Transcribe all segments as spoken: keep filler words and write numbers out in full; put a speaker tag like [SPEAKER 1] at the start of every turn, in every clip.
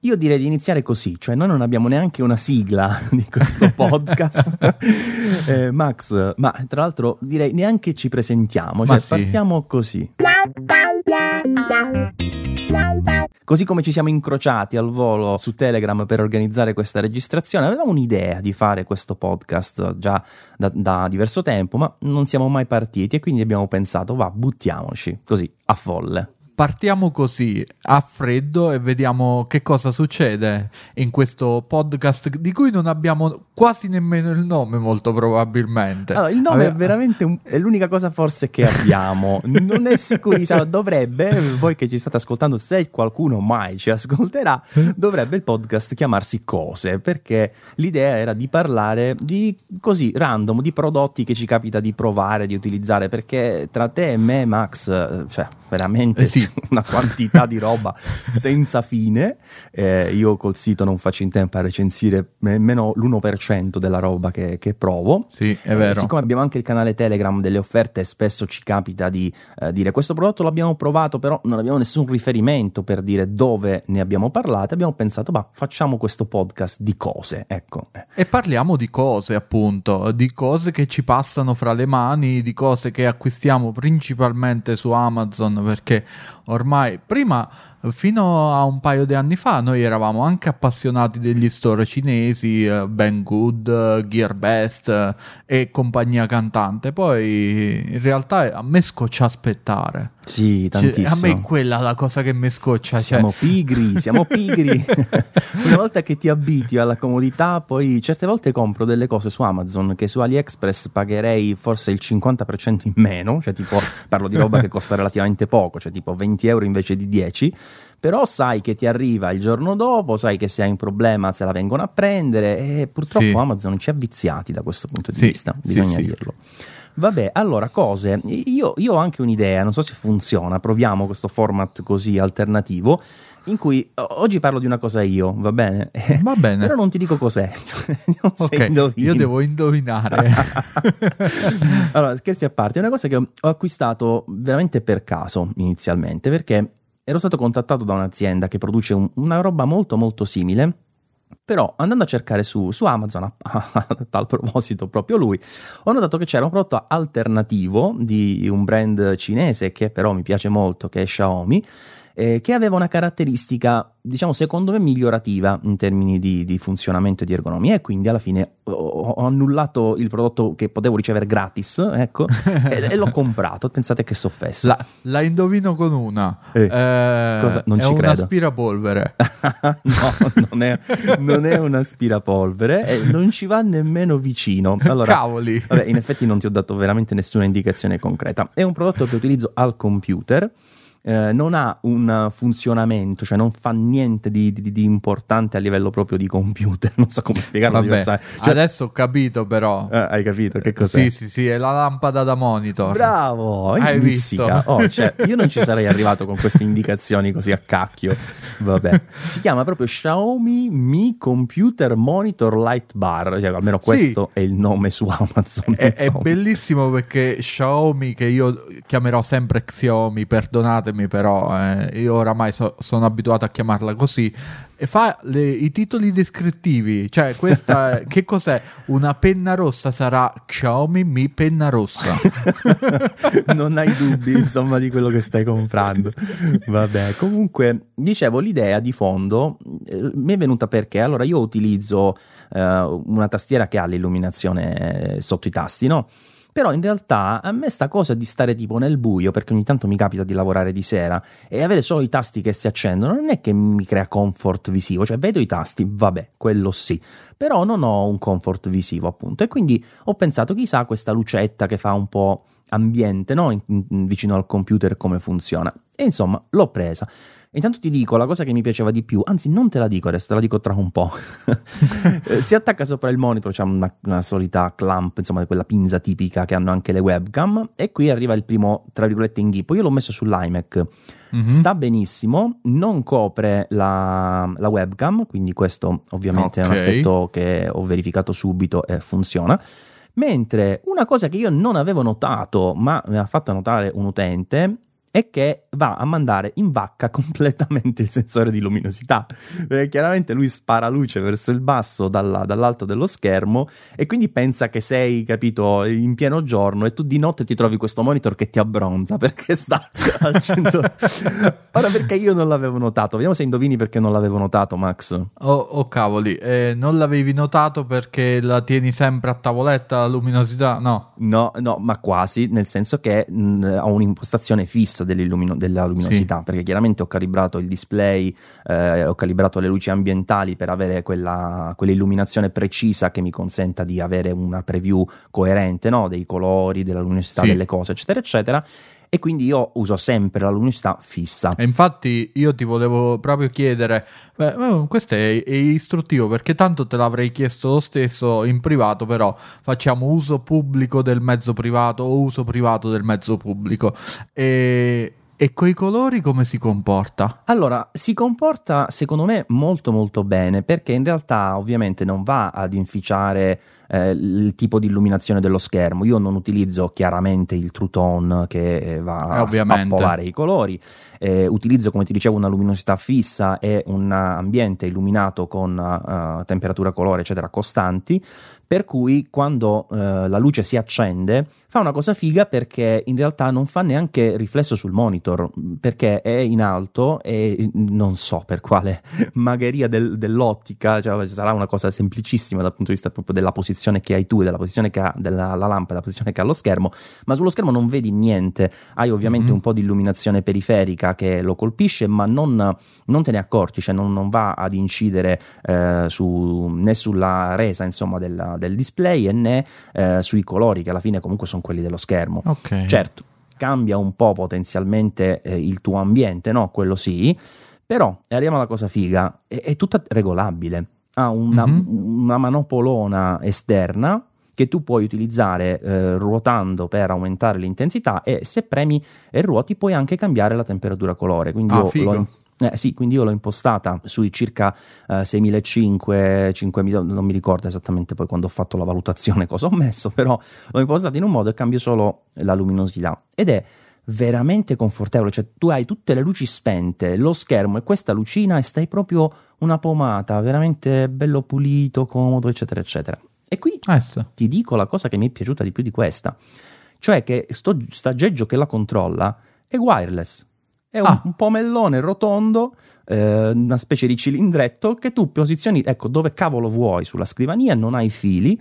[SPEAKER 1] io direi di iniziare così, cioè noi non abbiamo neanche una sigla di questo podcast. eh, Max, ma tra l'altro direi neanche ci presentiamo, cioè
[SPEAKER 2] ma sì.
[SPEAKER 1] Partiamo così. Così come ci siamo incrociati al volo su Telegram per organizzare questa registrazione, avevamo un'idea di fare questo podcast già da, da diverso tempo, ma non siamo mai partiti e quindi abbiamo pensato, va, buttiamoci, così, a folle.
[SPEAKER 2] Partiamo così, a freddo, e vediamo che cosa succede in questo podcast di cui non abbiamo quasi nemmeno il nome, molto probabilmente.
[SPEAKER 1] Allora, il nome
[SPEAKER 2] Ave-
[SPEAKER 1] è veramente un, è l'unica cosa forse che abbiamo. Non è sicurissimo, dovrebbe, voi che ci state ascoltando, se qualcuno mai ci ascolterà, dovrebbe il podcast chiamarsi Cose, perché l'idea era di parlare di così random, di prodotti che ci capita di provare, di utilizzare, perché tra te e me, Max, cioè veramente
[SPEAKER 2] eh sì.
[SPEAKER 1] una quantità di roba senza fine. Eh, io col sito non faccio in tempo a recensire nemmeno l'uno per cento della roba che, che provo.
[SPEAKER 2] Sì, è vero.
[SPEAKER 1] Eh, siccome abbiamo anche il canale Telegram delle offerte, spesso ci capita di eh, dire questo prodotto l'abbiamo provato, però non abbiamo nessun riferimento per dire dove ne abbiamo parlato. Abbiamo pensato, bah, facciamo questo podcast di cose, ecco.
[SPEAKER 2] E parliamo di cose, appunto, di cose che ci passano fra le mani, di cose che acquistiamo principalmente su Amazon, perché ormai prima, fino a un paio di anni fa, noi eravamo anche appassionati degli store cinesi, eh, Banggood, eh, Gearbest eh, e compagnia cantante. Poi in realtà a me scoccia aspettare.
[SPEAKER 1] Sì, tantissimo.
[SPEAKER 2] Cioè, a me è quella la cosa che mi scoccia.
[SPEAKER 1] Siamo
[SPEAKER 2] cioè...
[SPEAKER 1] pigri, siamo pigri. Una volta che ti abitui alla comodità, poi certe volte compro delle cose su Amazon che su AliExpress pagherei forse il cinquanta per cento in meno, cioè tipo parlo di roba che costa relativamente poco, cioè tipo venti euro invece di dieci, però sai che ti arriva il giorno dopo, sai che se hai un problema se la vengono a prendere e purtroppo
[SPEAKER 2] sì.
[SPEAKER 1] Amazon ci ha viziati da questo punto di
[SPEAKER 2] sì,
[SPEAKER 1] vista, bisogna
[SPEAKER 2] sì,
[SPEAKER 1] dirlo. Vabbè, allora cose, io, io ho anche un'idea, non so se funziona, proviamo questo format così alternativo in cui oggi parlo di una cosa io, va bene?
[SPEAKER 2] Va bene.
[SPEAKER 1] Però non ti dico cos'è. Non
[SPEAKER 2] ok, io devo indovinare.
[SPEAKER 1] Allora, scherzi a parte, è una cosa che ho acquistato veramente per caso inizialmente, perché ero stato contattato da un'azienda che produce un, una roba molto molto simile. Però andando a cercare su, su Amazon, a, a, a tal proposito proprio lui, ho notato che c'era un prodotto alternativo di un brand cinese che però mi piace molto, che è Xiaomi, eh, che aveva una caratteristica, diciamo, secondo me migliorativa in termini di, di funzionamento e di ergonomia, e quindi alla fine ho, ho annullato il prodotto che potevo ricevere gratis, ecco, e, e l'ho comprato. Pensate che soffesso.
[SPEAKER 2] La, la indovino con una.
[SPEAKER 1] Eh,
[SPEAKER 2] eh,
[SPEAKER 1] cosa? Non
[SPEAKER 2] è
[SPEAKER 1] ci
[SPEAKER 2] un
[SPEAKER 1] credo.
[SPEAKER 2] aspirapolvere.
[SPEAKER 1] No, non è, non è un aspirapolvere e non ci va nemmeno vicino. Allora,
[SPEAKER 2] cavoli.
[SPEAKER 1] Vabbè, in effetti non ti ho dato veramente nessuna indicazione concreta. È un prodotto che utilizzo al computer. Eh, non ha un funzionamento, cioè non fa niente di, di, di importante a livello proprio di computer, non so come spiegarlo.
[SPEAKER 2] Vabbè,
[SPEAKER 1] cioè,
[SPEAKER 2] adesso ho capito però.
[SPEAKER 1] Eh, hai capito che cos'è?
[SPEAKER 2] Sì, sì, sì, è la lampada da monitor.
[SPEAKER 1] Bravo,
[SPEAKER 2] hai
[SPEAKER 1] indizica.
[SPEAKER 2] visto?
[SPEAKER 1] Oh, cioè, io non ci sarei arrivato con queste indicazioni così a cacchio. Vabbè, si chiama proprio Xiaomi Mi Computer Monitor Light Bar, cioè almeno questo sì. È il nome su Amazon.
[SPEAKER 2] È, è bellissimo perché Xiaomi, che io chiamerò sempre Xiaomi, perdonate però eh, io oramai so, sono abituato a chiamarla così, e fa le, i titoli descrittivi, cioè questa è, che cos'è? Una penna rossa, sarà Xiaomi Mi penna rossa.
[SPEAKER 1] Non hai dubbi insomma di quello che stai comprando. Vabbè, comunque dicevo, l'idea di fondo eh, mi è venuta perché allora io utilizzo eh, una tastiera che ha l'illuminazione sotto i tasti, no? Però in realtà a me sta cosa di stare tipo nel buio, perché ogni tanto mi capita di lavorare di sera, e avere solo i tasti che si accendono non è che mi crea comfort visivo, cioè vedo i tasti, vabbè, quello sì, però non ho un comfort visivo appunto, e quindi ho pensato chissà questa lucetta che fa un po' ambiente, no? In, in, vicino al computer come funziona, e insomma l'ho presa. Intanto ti dico la cosa che mi piaceva di più, anzi non te la dico adesso, te la dico tra un po'. Si attacca sopra il monitor, c'è una, una solita clamp, insomma quella pinza tipica che hanno anche le webcam, e qui arriva il primo, tra virgolette, inghippo. Io l'ho messo sull'iMac, mm-hmm. Sta benissimo, non copre la, la webcam, quindi questo ovviamente okay. È un aspetto che ho verificato subito e funziona. Mentre una cosa che io non avevo notato, ma mi ha fatto notare un utente, è che va a mandare in vacca completamente il sensore di luminosità, perché chiaramente lui spara luce verso il basso dalla, dall'alto dello schermo e quindi pensa che sei, capito, in pieno giorno e tu di notte ti trovi questo monitor che ti abbronza perché sta al cento. Ora, perché io non l'avevo notato? Vediamo se indovini perché non l'avevo notato, Max.
[SPEAKER 2] Oh, oh cavoli, eh, non l'avevi notato perché la tieni sempre a tavoletta la luminosità? No.
[SPEAKER 1] No, no, ma quasi, nel senso che mh, ho un'impostazione fissa dell'illumino- della luminosità, sì. Perché chiaramente ho calibrato il display, eh, ho calibrato le luci ambientali per avere quella, quell'illuminazione precisa che mi consenta di avere una preview coerente, no? Dei colori, della luminosità, sì. Delle cose, eccetera, eccetera. E quindi io uso sempre la luminosità fissa.
[SPEAKER 2] E infatti io ti volevo proprio chiedere, beh, questo è, è istruttivo perché tanto te l'avrei chiesto lo stesso in privato, però facciamo uso pubblico del mezzo privato o uso privato del mezzo pubblico. E... E coi colori come si comporta?
[SPEAKER 1] Allora, si comporta secondo me molto molto bene, perché in realtà ovviamente non va ad inficiare eh, il tipo di illuminazione dello schermo. Io non utilizzo chiaramente il True Tone che va eh, a spappolare i colori, eh, utilizzo, come ti dicevo, una luminosità fissa e un ambiente illuminato con uh, temperatura, colore eccetera costanti, per cui quando uh, la luce si accende fa una cosa figa, perché in realtà non fa neanche riflesso sul monitor, perché è in alto e non so per quale magheria del, dell'ottica, cioè sarà una cosa semplicissima dal punto di vista proprio della posizione che hai tu, della posizione che ha della la lampada, della posizione che ha lo schermo, ma sullo schermo non vedi niente, hai ovviamente mm-hmm. un po' di illuminazione periferica che lo colpisce, ma non, non te ne accorgi, cioè non, non va ad incidere eh, su, né sulla resa insomma del, del display e né eh, sui colori, che alla fine comunque sono quelli dello schermo.
[SPEAKER 2] Okay.
[SPEAKER 1] Certo, cambia un po' potenzialmente eh, il tuo ambiente, no? Quello sì, però, e arriviamo alla cosa figa, è, è tutta regolabile, ha una, mm-hmm. una manopolona esterna che tu puoi utilizzare eh, ruotando per aumentare l'intensità, e se premi e ruoti puoi anche cambiare la temperatura colore, quindi
[SPEAKER 2] ah,
[SPEAKER 1] io
[SPEAKER 2] figo.
[SPEAKER 1] l'ho Eh, sì, quindi io l'ho impostata sui circa uh, seimilacinquecento, cinquemila, non mi ricordo esattamente poi quando ho fatto la valutazione cosa ho messo, però l'ho impostata in un modo e cambio solo la luminosità ed è veramente confortevole, cioè tu hai tutte le luci spente, lo schermo e questa lucina e stai proprio una pomata, veramente bello pulito, comodo, eccetera, eccetera. E qui
[SPEAKER 2] eh sì.
[SPEAKER 1] ti dico la cosa che mi è piaciuta di più di questa, cioè che sto, sta aggeggio che la controlla è wireless. È un, ah. un pomellone rotondo, eh, una specie di cilindretto che tu posizioni, ecco, dove cavolo vuoi sulla scrivania, non hai fili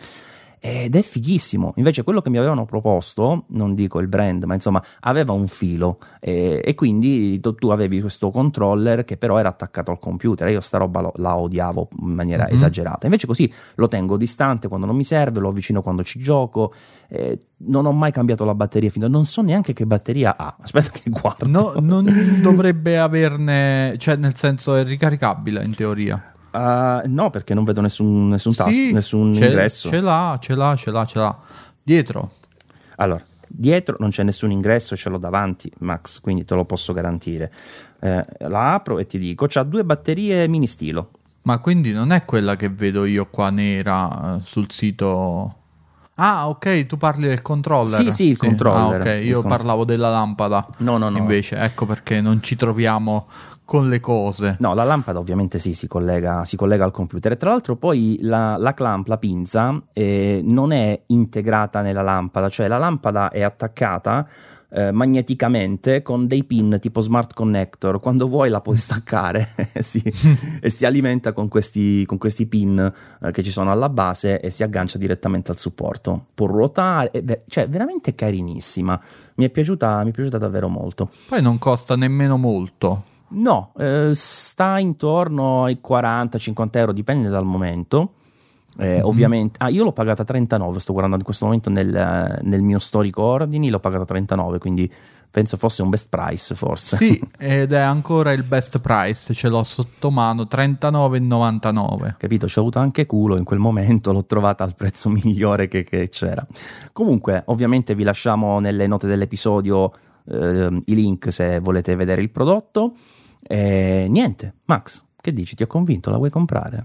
[SPEAKER 1] ed è fighissimo. Invece quello che mi avevano proposto, non dico il brand, ma insomma aveva un filo e, e quindi tu, tu avevi questo controller che però era attaccato al computer. Io sta roba lo, la odiavo in maniera mm-hmm. esagerata. Invece così lo tengo distante quando non mi serve, lo avvicino quando ci gioco. Eh, non ho mai cambiato la batteria, fino a, non so neanche che batteria ha. Aspetta che guardo.
[SPEAKER 2] No, non dovrebbe averne, cioè nel senso è ricaricabile in teoria.
[SPEAKER 1] Uh, no, perché non vedo nessun, nessun tasto,
[SPEAKER 2] sì,
[SPEAKER 1] nessun
[SPEAKER 2] ce,
[SPEAKER 1] ingresso.
[SPEAKER 2] Ce l'ha, ce l'ha, ce l'ha, ce l'ha. Dietro.
[SPEAKER 1] Allora, dietro non c'è nessun ingresso, ce l'ho davanti, Max, quindi te lo posso garantire. Eh, la apro e ti dico, c'ha due batterie mini stilo.
[SPEAKER 2] Ma quindi non è quella che vedo io qua nera sul sito... Ah, ok, tu parli del controller.
[SPEAKER 1] Sì, sì, il sì. controller.
[SPEAKER 2] Ah, ok, io
[SPEAKER 1] il
[SPEAKER 2] parlavo con... della lampada.
[SPEAKER 1] No, no, no.
[SPEAKER 2] Invece, ecco perché non ci troviamo con le cose.
[SPEAKER 1] No, la lampada ovviamente sì, si collega, si collega al computer. E tra l'altro poi la, la clamp, la pinza, eh, non è integrata nella lampada, cioè la lampada è attaccata eh, magneticamente con dei pin tipo smart connector. Quando vuoi la puoi staccare sì, e si alimenta con questi, con questi pin eh, che ci sono alla base e si aggancia direttamente al supporto. Può ruotare, eh, beh, cioè veramente carinissima. Mi è piaciuta, mi è piaciuta davvero molto.
[SPEAKER 2] Poi non costa nemmeno molto.
[SPEAKER 1] No, eh, sta intorno ai quaranta cinquanta euro, dipende dal momento. Eh, mm-hmm. Ovviamente, ah, io l'ho pagata trentanove, sto guardando in questo momento nel, nel mio storico ordini, l'ho pagata trentanove, quindi penso fosse un best price forse.
[SPEAKER 2] Sì, ed è ancora il best price, ce l'ho sotto mano, trentanove e novantanove.
[SPEAKER 1] Capito, ci ho avuto anche culo in quel momento, l'ho trovata al prezzo migliore che, che c'era. Comunque, ovviamente vi lasciamo nelle note dell'episodio eh, i link se volete vedere il prodotto. E niente, Max, che dici? Ti ho convinto? La vuoi comprare?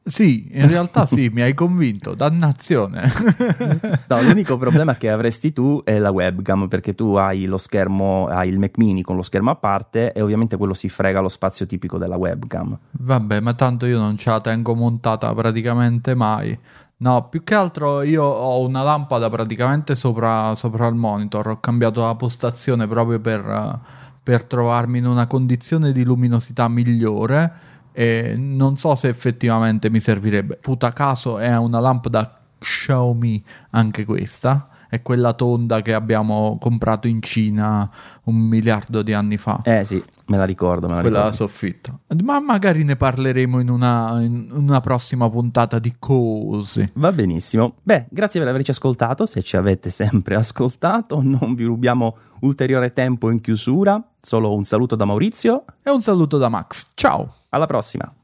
[SPEAKER 2] Sì, in realtà sì, mi hai convinto, dannazione.
[SPEAKER 1] No, l'unico problema che avresti tu è la webcam, perché tu hai lo schermo, hai il Mac Mini con lo schermo a parte e ovviamente quello si frega lo spazio tipico della webcam.
[SPEAKER 2] Vabbè, ma tanto io non ce la tengo montata praticamente mai. No, più che altro io ho una lampada praticamente sopra, sopra il monitor, ho cambiato la postazione proprio per, eh, per trovarmi in una condizione di luminosità migliore e non so se effettivamente mi servirebbe. Puta caso è una lampada Xiaomi anche questa, è quella tonda che abbiamo comprato in Cina un miliardo di anni fa.
[SPEAKER 1] Eh sì, me la ricordo, me la
[SPEAKER 2] Quella
[SPEAKER 1] ricordo.
[SPEAKER 2] da soffitto. Ma magari ne parleremo in una, in una prossima puntata di cose.
[SPEAKER 1] Va benissimo. Beh, grazie per averci ascoltato. Se ci avete sempre ascoltato, non vi rubiamo ulteriore tempo in chiusura. Solo un saluto da Maurizio.
[SPEAKER 2] E un saluto da Max. Ciao!
[SPEAKER 1] Alla prossima.